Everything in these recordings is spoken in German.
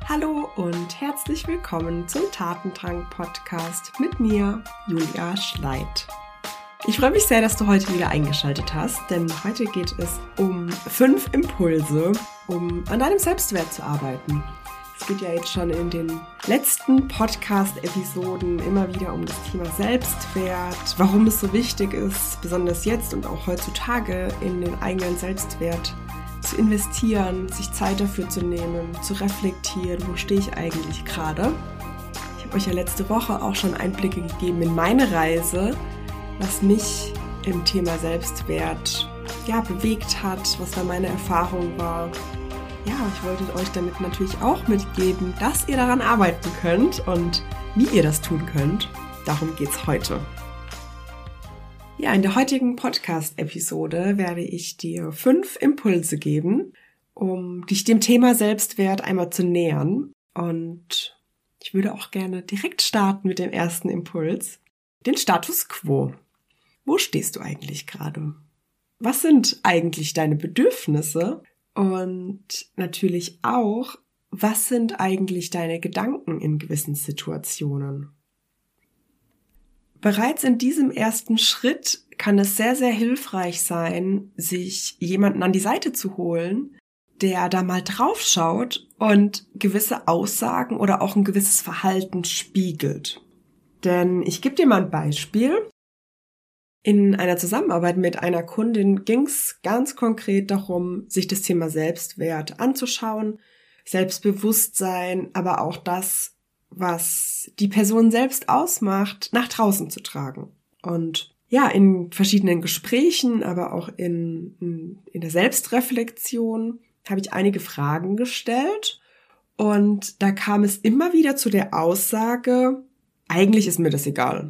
Hallo und herzlich willkommen zum Tatendrang-Podcast mit mir, Julia Schleid. Ich freue mich sehr, dass du heute wieder eingeschaltet hast, denn heute geht es um 5 Impulse, um an deinem Selbstwert zu arbeiten. Es geht ja jetzt schon in den letzten Podcast-Episoden immer wieder um das Thema Selbstwert, warum es so wichtig ist, besonders jetzt und auch heutzutage in den eigenen Selbstwert zu investieren, sich Zeit dafür zu nehmen, zu reflektieren, wo stehe ich eigentlich gerade. Ich habe euch ja letzte Woche auch schon Einblicke gegeben in meine Reise, was mich im Thema Selbstwert bewegt hat, was da meine Erfahrung war. Ja, ich wollte euch damit natürlich auch mitgeben, dass ihr daran arbeiten könnt und wie ihr das tun könnt. Darum geht's heute. Ja, in der heutigen Podcast-Episode werde ich dir 5 Impulse geben, um dich dem Thema Selbstwert einmal zu nähern. Und ich würde auch gerne direkt starten mit dem ersten Impuls, den Status Quo. Wo stehst du eigentlich gerade? Was sind eigentlich deine Bedürfnisse? Und natürlich auch, was sind eigentlich deine Gedanken in gewissen Situationen? Bereits in diesem ersten Schritt kann es sehr, sehr hilfreich sein, sich jemanden an die Seite zu holen, der da mal drauf schaut und gewisse Aussagen oder auch ein gewisses Verhalten spiegelt. Denn ich gebe dir mal ein Beispiel. In einer Zusammenarbeit mit einer Kundin ging es ganz konkret darum, sich das Thema Selbstwert anzuschauen, Selbstbewusstsein, aber auch das, was die Person selbst ausmacht, nach draußen zu tragen. Und ja, in verschiedenen Gesprächen, aber auch in der Selbstreflexion habe ich einige Fragen gestellt und da kam es immer wieder zu der Aussage, eigentlich ist mir das egal.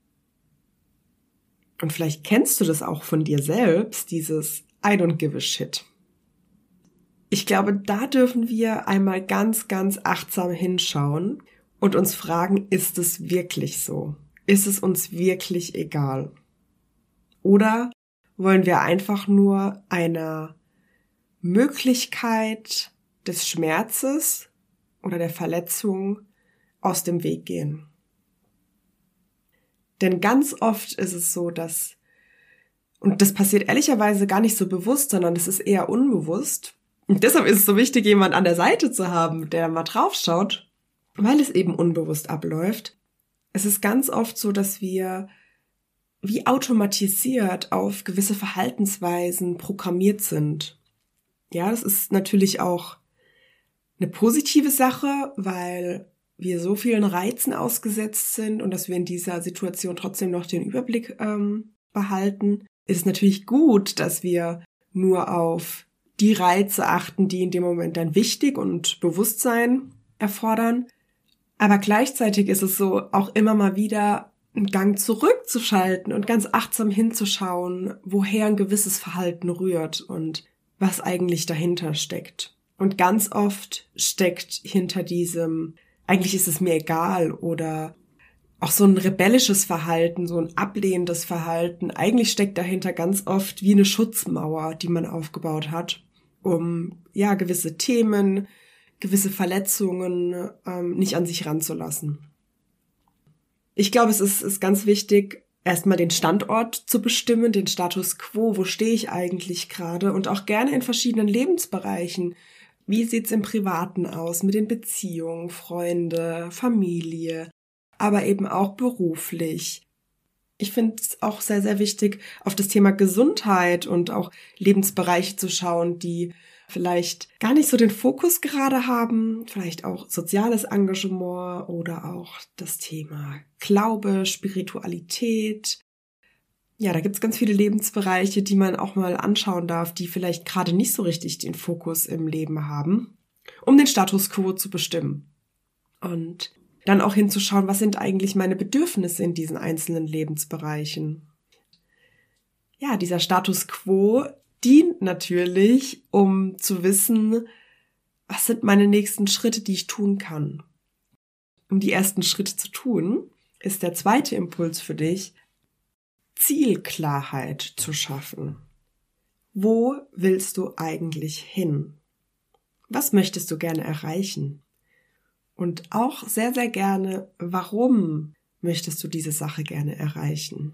Und vielleicht kennst du das auch von dir selbst, dieses I don't give a shit. Ich glaube, da dürfen wir einmal ganz, ganz achtsam hinschauen und uns fragen, ist es wirklich so? Ist es uns wirklich egal? Oder wollen wir einfach nur einer Möglichkeit des Schmerzes oder der Verletzung aus dem Weg gehen? Denn ganz oft ist es so, und das passiert ehrlicherweise gar nicht so bewusst, sondern das ist eher unbewusst. Und deshalb ist es so wichtig, jemand an der Seite zu haben, der mal drauf schaut, weil es eben unbewusst abläuft. Es ist ganz oft so, dass wir wie automatisiert auf gewisse Verhaltensweisen programmiert sind. Ja, das ist natürlich auch eine positive Sache, weil wir so vielen Reizen ausgesetzt sind und dass wir in dieser Situation trotzdem noch den Überblick behalten, ist es natürlich gut, dass wir nur auf die Reize achten, die in dem Moment dann wichtig und Bewusstsein erfordern. Aber gleichzeitig ist es so, auch immer mal wieder einen Gang zurückzuschalten und ganz achtsam hinzuschauen, woher ein gewisses Verhalten rührt und was eigentlich dahinter steckt. Und ganz oft steckt hinter diesem, eigentlich ist es mir egal, oder auch so ein rebellisches Verhalten, so ein ablehnendes Verhalten. Eigentlich steckt dahinter ganz oft wie eine Schutzmauer, die man aufgebaut hat, um gewisse Themen, gewisse Verletzungen nicht an sich ranzulassen. Ich glaube, es ist ganz wichtig, erstmal den Standort zu bestimmen, den Status quo, wo stehe ich eigentlich gerade und auch gerne in verschiedenen Lebensbereichen. Wie sieht's im Privaten aus, mit den Beziehungen, Freunde, Familie, aber eben auch beruflich. Ich finde es auch sehr, sehr wichtig, auf das Thema Gesundheit und auch Lebensbereiche zu schauen, die vielleicht gar nicht so den Fokus gerade haben, vielleicht auch soziales Engagement oder auch das Thema Glaube, Spiritualität. Ja, da gibt's ganz viele Lebensbereiche, die man auch mal anschauen darf, die vielleicht gerade nicht so richtig den Fokus im Leben haben, um den Status quo zu bestimmen. Und dann auch hinzuschauen, was sind eigentlich meine Bedürfnisse in diesen einzelnen Lebensbereichen. Ja, dieser Status quo dient natürlich, um zu wissen, was sind meine nächsten Schritte, die ich tun kann. Um die ersten Schritte zu tun, ist der zweite Impuls für dich, Zielklarheit zu schaffen. Wo willst du eigentlich hin? Was möchtest du gerne erreichen? Und auch sehr, sehr gerne, warum möchtest du diese Sache gerne erreichen?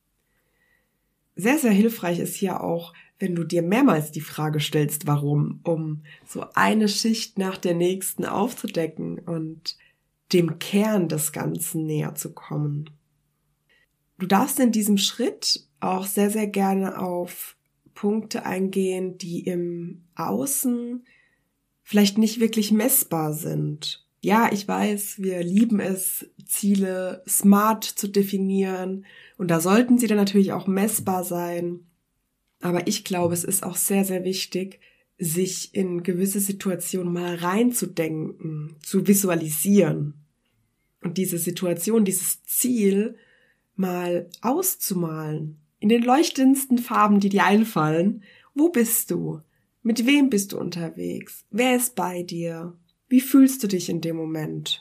Sehr, sehr hilfreich ist hier auch, wenn du dir mehrmals die Frage stellst, warum, um so eine Schicht nach der nächsten aufzudecken und dem Kern des Ganzen näher zu kommen. Du darfst in diesem Schritt auch sehr, sehr gerne auf Punkte eingehen, die im Außen vielleicht nicht wirklich messbar sind. Ja, ich weiß, wir lieben es, Ziele smart zu definieren und da sollten sie dann natürlich auch messbar sein. Aber ich glaube, es ist auch sehr, sehr wichtig, sich in gewisse Situationen mal reinzudenken, zu visualisieren und diese Situation, dieses Ziel mal auszumalen, in den leuchtendsten Farben, die dir einfallen. Wo bist du? Mit wem bist du unterwegs? Wer ist bei dir? Wie fühlst du dich in dem Moment?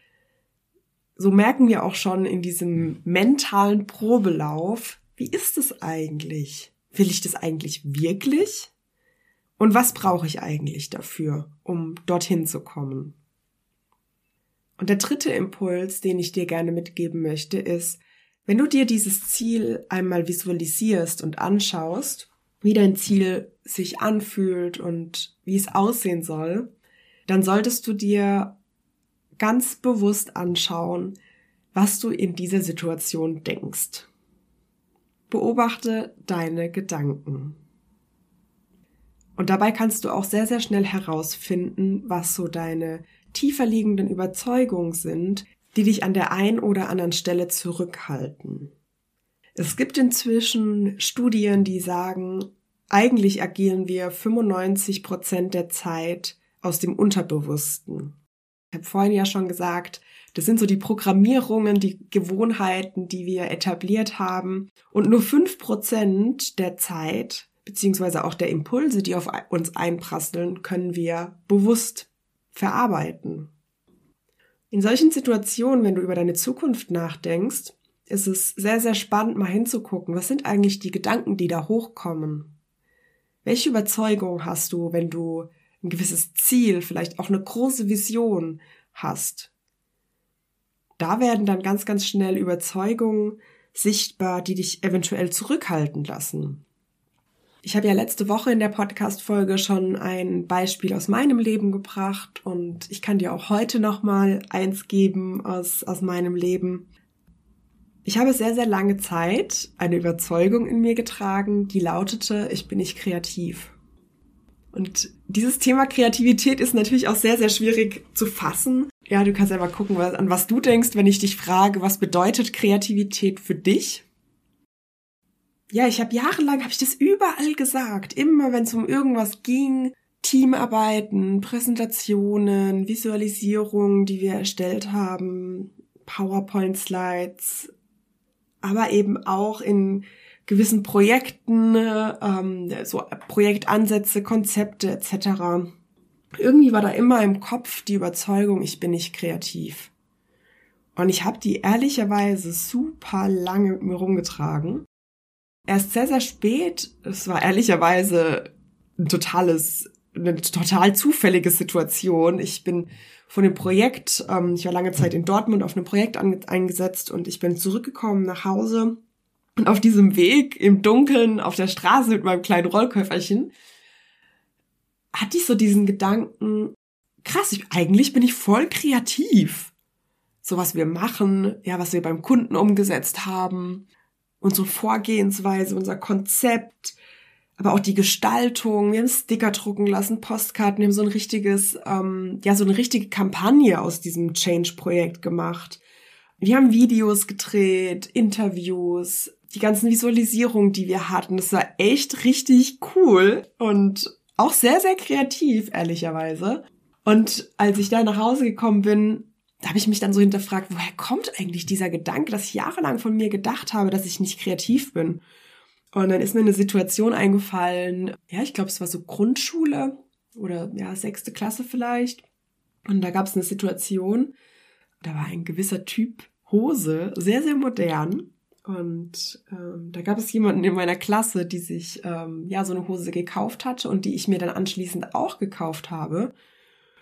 So merken wir auch schon in diesem mentalen Probelauf, wie ist es eigentlich? Will ich das eigentlich wirklich? Und was brauche ich eigentlich dafür, um dorthin zu kommen? Und der dritte Impuls, den ich dir gerne mitgeben möchte, ist, wenn du dir dieses Ziel einmal visualisierst und anschaust, wie dein Ziel sich anfühlt und wie es aussehen soll, dann solltest du dir ganz bewusst anschauen, was du in dieser Situation denkst. Beobachte deine Gedanken. Und dabei kannst du auch sehr, sehr schnell herausfinden, was so deine tiefer liegenden Überzeugungen sind, die dich an der einen oder anderen Stelle zurückhalten. Es gibt inzwischen Studien, die sagen, eigentlich agieren wir 95% der Zeit aus dem Unterbewussten. Ich habe vorhin ja schon gesagt, das sind so die Programmierungen, die Gewohnheiten, die wir etabliert haben. Und nur 5% der Zeit, beziehungsweise auch der Impulse, die auf uns einprasseln, können wir bewusst verarbeiten. In solchen Situationen, wenn du über deine Zukunft nachdenkst, ist es sehr, sehr spannend, mal hinzugucken, was sind eigentlich die Gedanken, die da hochkommen? Welche Überzeugung hast du, wenn du ein gewisses Ziel, vielleicht auch eine große Vision hast? Da werden dann ganz, ganz schnell Überzeugungen sichtbar, die dich eventuell zurückhalten lassen. Ich habe ja letzte Woche in der Podcast-Folge schon ein Beispiel aus meinem Leben gebracht und ich kann dir auch heute nochmal eins geben aus meinem Leben. Ich habe sehr, sehr lange Zeit eine Überzeugung in mir getragen, die lautete, ich bin nicht kreativ. Und dieses Thema Kreativität ist natürlich auch sehr, sehr schwierig zu fassen. Ja, du kannst ja mal gucken, an was du denkst, wenn ich dich frage, was bedeutet Kreativität für dich? Ja, jahrelang habe ich das überall gesagt. Immer wenn es um irgendwas ging, Teamarbeiten, Präsentationen, Visualisierungen, die wir erstellt haben, PowerPoint-Slides, aber eben auch in gewissen Projekten, so Projektansätze, Konzepte etc. Irgendwie war da immer im Kopf die Überzeugung, ich bin nicht kreativ. Und ich habe die ehrlicherweise super lange mit mir rumgetragen. Erst sehr, sehr spät, es war ehrlicherweise eine total zufällige Situation. Ich bin von dem Projekt, ich war lange Zeit in Dortmund auf einem Projekt eingesetzt und ich bin zurückgekommen nach Hause. Und auf diesem Weg im Dunkeln auf der Straße mit meinem kleinen Rollköfferchen hatte ich so diesen Gedanken, krass, eigentlich bin ich voll kreativ. So was wir machen, ja, was wir beim Kunden umgesetzt haben, unsere Vorgehensweise, unser Konzept, aber auch die Gestaltung. Wir haben Sticker drucken lassen, Postkarten, wir haben so ein richtiges, so eine richtige Kampagne aus diesem Change-Projekt gemacht. Wir haben Videos gedreht, Interviews, die ganzen Visualisierungen, die wir hatten. Das war echt richtig cool und auch sehr, sehr kreativ, ehrlicherweise. Und als ich da nach Hause gekommen bin, da habe ich mich dann so hinterfragt, woher kommt eigentlich dieser Gedanke, dass ich jahrelang von mir gedacht habe, dass ich nicht kreativ bin. Und dann ist mir eine Situation eingefallen, ja, ich glaube, es war so Grundschule oder ja, 6. Klasse vielleicht. Und da gab es eine Situation, da war ein gewisser Typ Hose, sehr, sehr modern. Und da gab es jemanden in meiner Klasse, die sich so eine Hose gekauft hatte und die ich mir dann anschließend auch gekauft habe.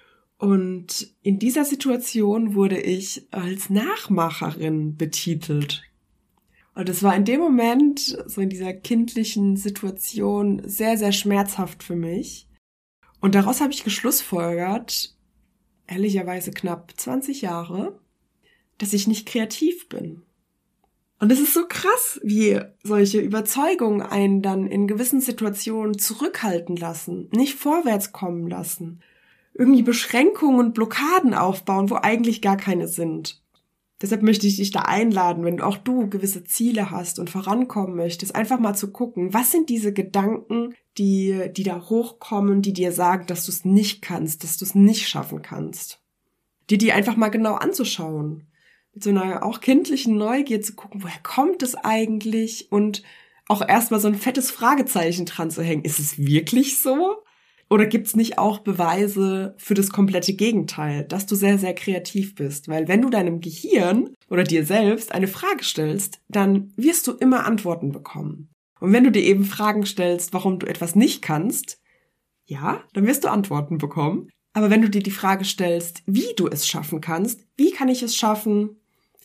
Und in dieser Situation wurde ich als Nachmacherin betitelt. Und es war in dem Moment, so in dieser kindlichen Situation, sehr, sehr schmerzhaft für mich. Und daraus habe ich geschlussfolgert, ehrlicherweise knapp 20 Jahre, dass ich nicht kreativ bin. Und es ist so krass, wie solche Überzeugungen einen dann in gewissen Situationen zurückhalten lassen, nicht vorwärts kommen lassen, irgendwie Beschränkungen und Blockaden aufbauen, wo eigentlich gar keine sind. Deshalb möchte ich dich da einladen, wenn auch du gewisse Ziele hast und vorankommen möchtest, einfach mal zu gucken, was sind diese Gedanken, die da hochkommen, die dir sagen, dass du es nicht kannst, dass du es nicht schaffen kannst. Die einfach mal genau anzuschauen. Mit so einer auch kindlichen Neugier zu gucken, woher kommt es eigentlich? Und auch erstmal so ein fettes Fragezeichen dran zu hängen. Ist es wirklich so? Oder gibt's nicht auch Beweise für das komplette Gegenteil, dass du sehr, sehr kreativ bist? Weil wenn du deinem Gehirn oder dir selbst eine Frage stellst, dann wirst du immer Antworten bekommen. Und wenn du dir eben Fragen stellst, warum du etwas nicht kannst, ja, dann wirst du Antworten bekommen. Aber wenn du dir die Frage stellst, wie du es schaffen kannst, wie kann ich es schaffen,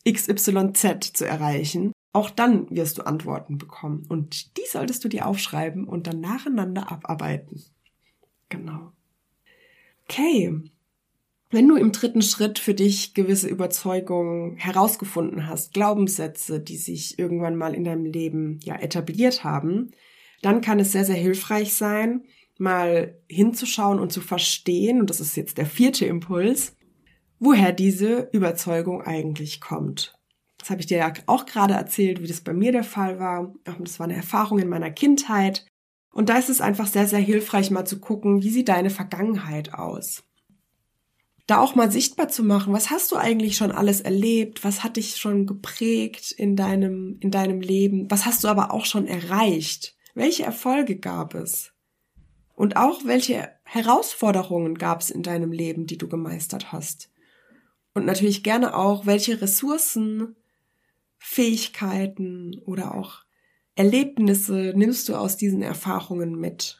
XYZ zu erreichen, auch dann wirst du Antworten bekommen. Und die solltest du dir aufschreiben und dann nacheinander abarbeiten. Genau. Okay. Wenn du im dritten Schritt für dich gewisse Überzeugungen herausgefunden hast, Glaubenssätze, die sich irgendwann mal in deinem Leben etabliert haben, dann kann es sehr, sehr hilfreich sein, mal hinzuschauen und zu verstehen, und das ist jetzt der 4. Impuls, woher diese Überzeugung eigentlich kommt. Das habe ich dir ja auch gerade erzählt, wie das bei mir der Fall war. Das war eine Erfahrung in meiner Kindheit. Und da ist es einfach sehr, sehr hilfreich, mal zu gucken, wie sieht deine Vergangenheit aus. Da auch mal sichtbar zu machen, was hast du eigentlich schon alles erlebt, was hat dich schon geprägt in deinem Leben, was hast du aber auch schon erreicht, welche Erfolge gab es und auch welche Herausforderungen gab es in deinem Leben, die du gemeistert hast. Und natürlich gerne auch, welche Ressourcen, Fähigkeiten oder auch Erlebnisse nimmst du aus diesen Erfahrungen mit.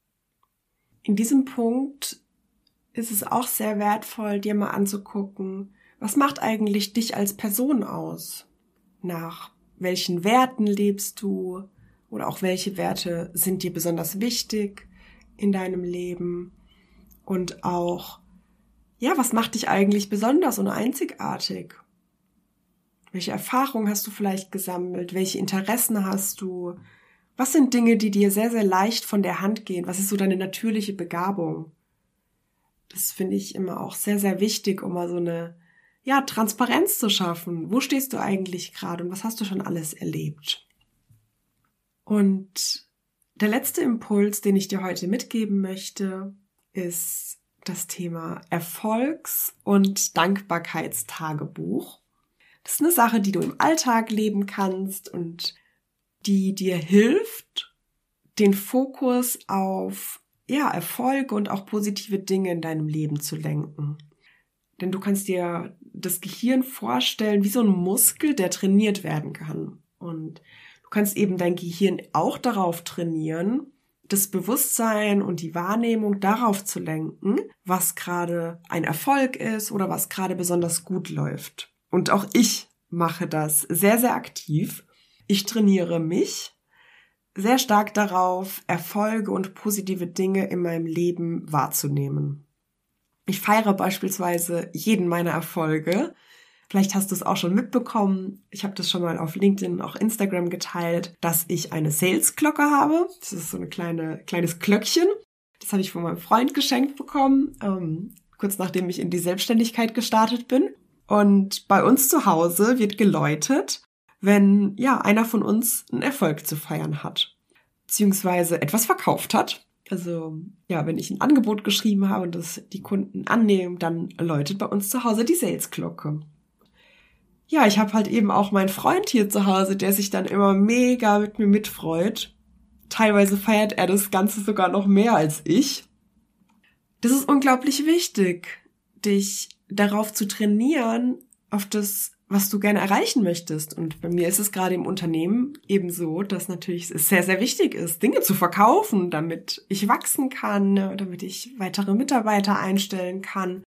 In diesem Punkt ist es auch sehr wertvoll, dir mal anzugucken, was macht eigentlich dich als Person aus? Nach welchen Werten lebst du? Oder auch welche Werte sind dir besonders wichtig in deinem Leben? Und auch, was macht dich eigentlich besonders und einzigartig? Welche Erfahrungen hast du vielleicht gesammelt? Welche Interessen hast du? Was sind Dinge, die dir sehr, sehr leicht von der Hand gehen? Was ist so deine natürliche Begabung? Das finde ich immer auch sehr, sehr wichtig, um mal so eine Transparenz zu schaffen. Wo stehst du eigentlich gerade und was hast du schon alles erlebt? Und der letzte Impuls, den ich dir heute mitgeben möchte, ist das Thema Erfolgs- und Dankbarkeitstagebuch. Das ist eine Sache, die du im Alltag leben kannst und die dir hilft, den Fokus auf Erfolge und auch positive Dinge in deinem Leben zu lenken. Denn du kannst dir das Gehirn vorstellen wie so ein Muskel, der trainiert werden kann. Und du kannst eben dein Gehirn auch darauf trainieren, das Bewusstsein und die Wahrnehmung darauf zu lenken, was gerade ein Erfolg ist oder was gerade besonders gut läuft. Und auch ich mache das sehr, sehr aktiv. Ich trainiere mich sehr stark darauf, Erfolge und positive Dinge in meinem Leben wahrzunehmen. Ich feiere beispielsweise jeden meiner Erfolge. Vielleicht hast du es auch schon mitbekommen. Ich habe das schon mal auf LinkedIn und auch Instagram geteilt, dass ich eine Sales-Glocke habe. Das ist so ein kleines Glöckchen. Das habe ich von meinem Freund geschenkt bekommen, kurz nachdem ich in die Selbstständigkeit gestartet bin. Und bei uns zu Hause wird geläutet, wenn einer von uns einen Erfolg zu feiern hat, beziehungsweise etwas verkauft hat. Also wenn ich ein Angebot geschrieben habe und das die Kunden annehmen, dann läutet bei uns zu Hause die Sales-Glocke. Ja, ich habe halt eben auch meinen Freund hier zu Hause, der sich dann immer mega mit mir mitfreut. Teilweise feiert er das Ganze sogar noch mehr als ich. Das ist unglaublich wichtig, dich darauf zu trainieren, auf das, was du gerne erreichen möchtest. Und bei mir ist es gerade im Unternehmen eben so, dass natürlich es sehr, sehr wichtig ist, Dinge zu verkaufen, damit ich wachsen kann, damit ich weitere Mitarbeiter einstellen kann.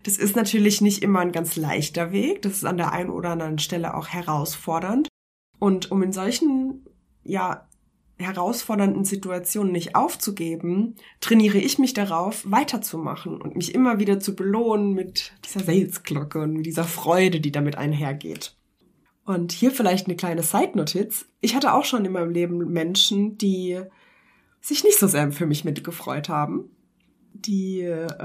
Das ist natürlich nicht immer ein ganz leichter Weg. Das ist an der einen oder anderen Stelle auch herausfordernd. Und um in solchen, herausfordernden Situationen nicht aufzugeben, trainiere ich mich darauf, weiterzumachen und mich immer wieder zu belohnen mit dieser Salesglocke und mit dieser Freude, die damit einhergeht. Und hier vielleicht eine kleine Side-Notiz. Ich hatte auch schon in meinem Leben Menschen, die sich nicht so sehr für mich mitgefreut haben, die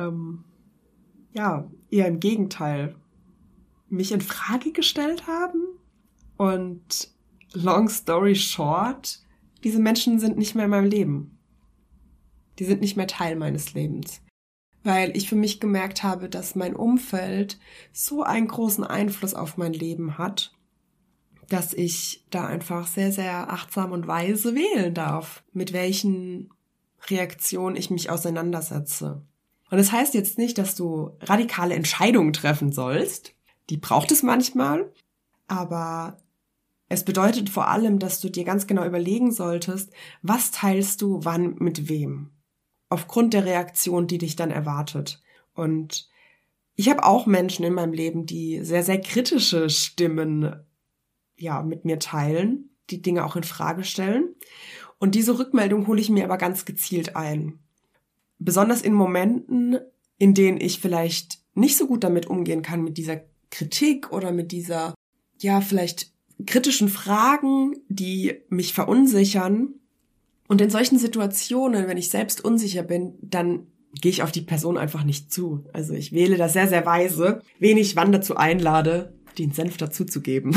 eher im Gegenteil mich in Frage gestellt haben. Und long story short, diese Menschen sind nicht mehr in meinem Leben. Die sind nicht mehr Teil meines Lebens. Weil ich für mich gemerkt habe, dass mein Umfeld so einen großen Einfluss auf mein Leben hat, dass ich da einfach sehr, sehr achtsam und weise wählen darf, mit welchen Reaktionen ich mich auseinandersetze. Und das heißt jetzt nicht, dass du radikale Entscheidungen treffen sollst. Die braucht es manchmal. Aber es bedeutet vor allem, dass du dir ganz genau überlegen solltest, was teilst du wann mit wem. Aufgrund der Reaktion, die dich dann erwartet. Und ich habe auch Menschen in meinem Leben, die sehr, sehr kritische Stimmen mit mir teilen, die Dinge auch in Frage stellen. Und diese Rückmeldung hole ich mir aber ganz gezielt ein. Besonders in Momenten, in denen ich vielleicht nicht so gut damit umgehen kann, mit dieser Kritik oder mit dieser, vielleicht kritischen Fragen, die mich verunsichern. Und in solchen Situationen, wenn ich selbst unsicher bin, dann gehe ich auf die Person einfach nicht zu. Also ich wähle da sehr, sehr weise, wen ich wann dazu einlade, den Senf dazuzugeben.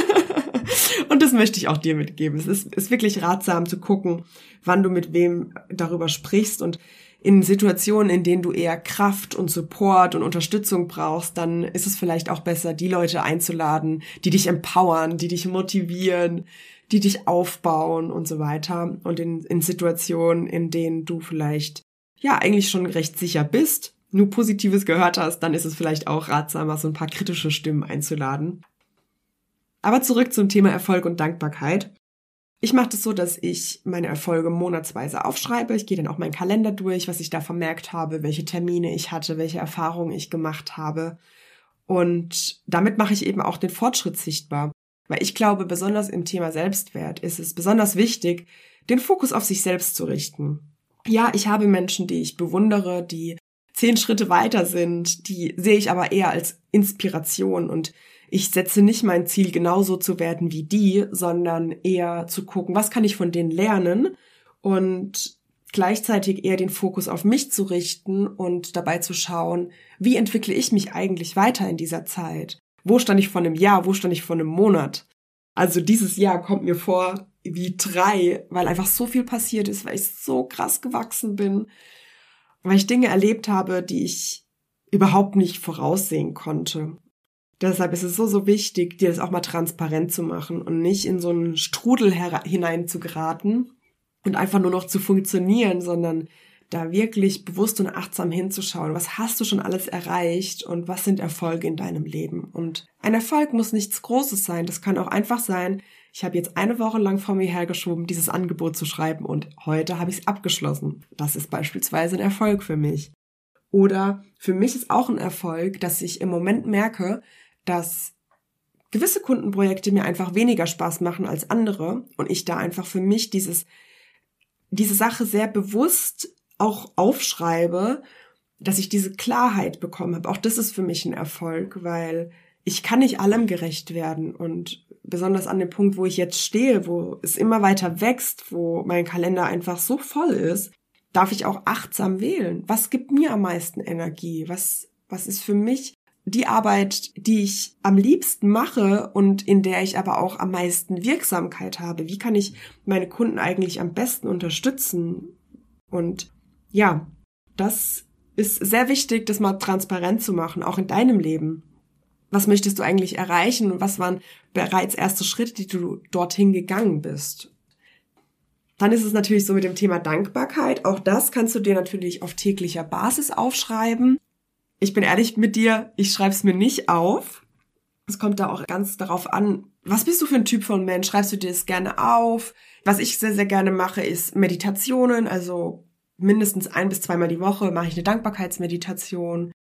Und das möchte ich auch dir mitgeben. Es ist wirklich ratsam zu gucken, wann du mit wem darüber sprichst. Und in Situationen, in denen du eher Kraft und Support und Unterstützung brauchst, dann ist es vielleicht auch besser, die Leute einzuladen, die dich empowern, die dich motivieren, die dich aufbauen und so weiter. Und in Situationen, in denen du vielleicht eigentlich schon recht sicher bist, nur Positives gehört hast, dann ist es vielleicht auch ratsamer, so ein paar kritische Stimmen einzuladen. Aber zurück zum Thema Erfolg und Dankbarkeit. Ich mache das so, dass ich meine Erfolge monatsweise aufschreibe. Ich gehe dann auch meinen Kalender durch, was ich da vermerkt habe, welche Termine ich hatte, welche Erfahrungen ich gemacht habe. Und damit mache ich eben auch den Fortschritt sichtbar. Weil ich glaube, besonders im Thema Selbstwert ist es besonders wichtig, den Fokus auf sich selbst zu richten. Ja, ich habe Menschen, die ich bewundere, die 10 Schritte weiter sind, die sehe ich aber eher als Inspiration und ich setze nicht mein Ziel, genauso zu werden wie die, sondern eher zu gucken, was kann ich von denen lernen und gleichzeitig eher den Fokus auf mich zu richten und dabei zu schauen, wie entwickle ich mich eigentlich weiter in dieser Zeit? Wo stand ich vor einem Jahr? Wo stand ich vor einem Monat? Also dieses Jahr kommt mir vor wie 3, weil einfach so viel passiert ist, weil ich so krass gewachsen bin, weil ich Dinge erlebt habe, die ich überhaupt nicht voraussehen konnte. Deshalb ist es so, so wichtig, dir das auch mal transparent zu machen und nicht in so einen Strudel hinein zu geraten und einfach nur noch zu funktionieren, sondern da wirklich bewusst und achtsam hinzuschauen. Was hast du schon alles erreicht und was sind Erfolge in deinem Leben? Und ein Erfolg muss nichts Großes sein. Das kann auch einfach sein, ich habe jetzt 1 Woche lang vor mir hergeschoben, dieses Angebot zu schreiben und heute habe ich es abgeschlossen. Das ist beispielsweise ein Erfolg für mich. Oder für mich ist auch ein Erfolg, dass ich im Moment merke, dass gewisse Kundenprojekte mir einfach weniger Spaß machen als andere und ich da einfach für mich diese Sache sehr bewusst auch aufschreibe, dass ich diese Klarheit bekommen habe. Auch das ist für mich ein Erfolg, weil ich kann nicht allem gerecht werden und besonders an dem Punkt, wo ich jetzt stehe, wo es immer weiter wächst, wo mein Kalender einfach so voll ist, darf ich auch achtsam wählen. Was gibt mir am meisten Energie? Was ist für mich die Arbeit, die ich am liebsten mache und in der ich aber auch am meisten Wirksamkeit habe? Wie kann ich meine Kunden eigentlich am besten unterstützen? Und ja, das ist sehr wichtig, das mal transparent zu machen, auch in deinem Leben. Was möchtest du eigentlich erreichen und was waren bereits erste Schritte, die du dorthin gegangen bist? Dann ist es natürlich so mit dem Thema Dankbarkeit. Auch das kannst du dir natürlich auf täglicher Basis aufschreiben. Ich bin ehrlich mit dir, ich schreibe es mir nicht auf. Es kommt da auch ganz darauf an, was bist du für ein Typ von Mensch? Schreibst du dir das gerne auf? Was ich sehr, sehr gerne mache, ist Meditationen. Also mindestens 1 bis 2 Mal die Woche mache ich eine Dankbarkeitsmeditation.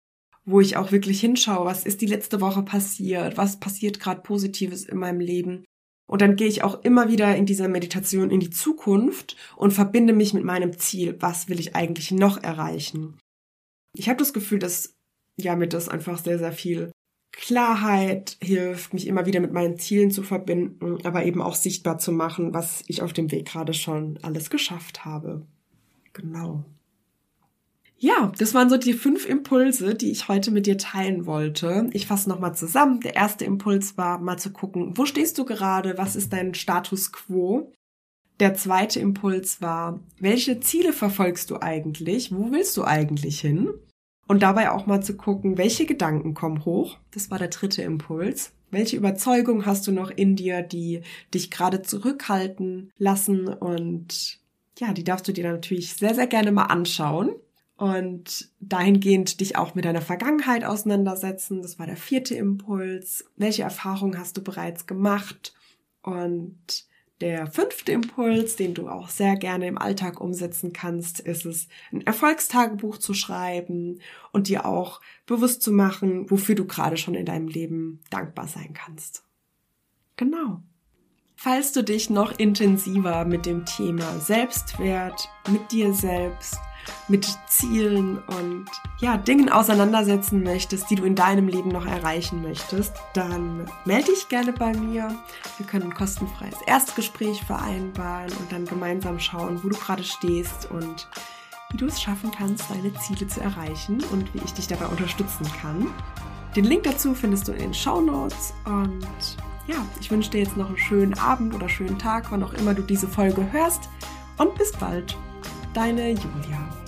wo ich auch wirklich hinschaue, was ist die letzte Woche passiert, was passiert gerade Positives in meinem Leben. Und dann gehe ich auch immer wieder in dieser Meditation in die Zukunft und verbinde mich mit meinem Ziel. Was will ich eigentlich noch erreichen? Ich habe das Gefühl, dass mir das einfach sehr, sehr viel Klarheit hilft, mich immer wieder mit meinen Zielen zu verbinden, aber eben auch sichtbar zu machen, was ich auf dem Weg gerade schon alles geschafft habe. Genau. Ja, das waren so die 5 Impulse, die ich heute mit dir teilen wollte. Ich fasse nochmal zusammen. Der erste Impuls war, mal zu gucken, wo stehst du gerade? Was ist dein Status quo? Der zweite Impuls war, welche Ziele verfolgst du eigentlich? Wo willst du eigentlich hin? Und dabei auch mal zu gucken, welche Gedanken kommen hoch? Das war der dritte Impuls. Welche Überzeugung hast du noch in dir, die dich gerade zurückhalten lassen? Und ja, die darfst du dir natürlich sehr, sehr gerne mal anschauen. Und dahingehend dich auch mit deiner Vergangenheit auseinandersetzen. Das war der 4. Impuls. Welche Erfahrungen hast du bereits gemacht? Und der 5. Impuls, den du auch sehr gerne im Alltag umsetzen kannst, ist es, ein Erfolgstagebuch zu schreiben und dir auch bewusst zu machen, wofür du gerade schon in deinem Leben dankbar sein kannst. Genau. Falls du dich noch intensiver mit dem Thema Selbstwert, mit dir selbst, mit Zielen und Dingen auseinandersetzen möchtest, die du in deinem Leben noch erreichen möchtest, dann melde dich gerne bei mir. Wir können ein kostenfreies Erstgespräch vereinbaren und dann gemeinsam schauen, wo du gerade stehst und wie du es schaffen kannst, deine Ziele zu erreichen und wie ich dich dabei unterstützen kann. Den Link dazu findest du in den Shownotes und ich wünsche dir jetzt noch einen schönen Abend oder schönen Tag, wann auch immer du diese Folge hörst und bis bald. Deine Julia.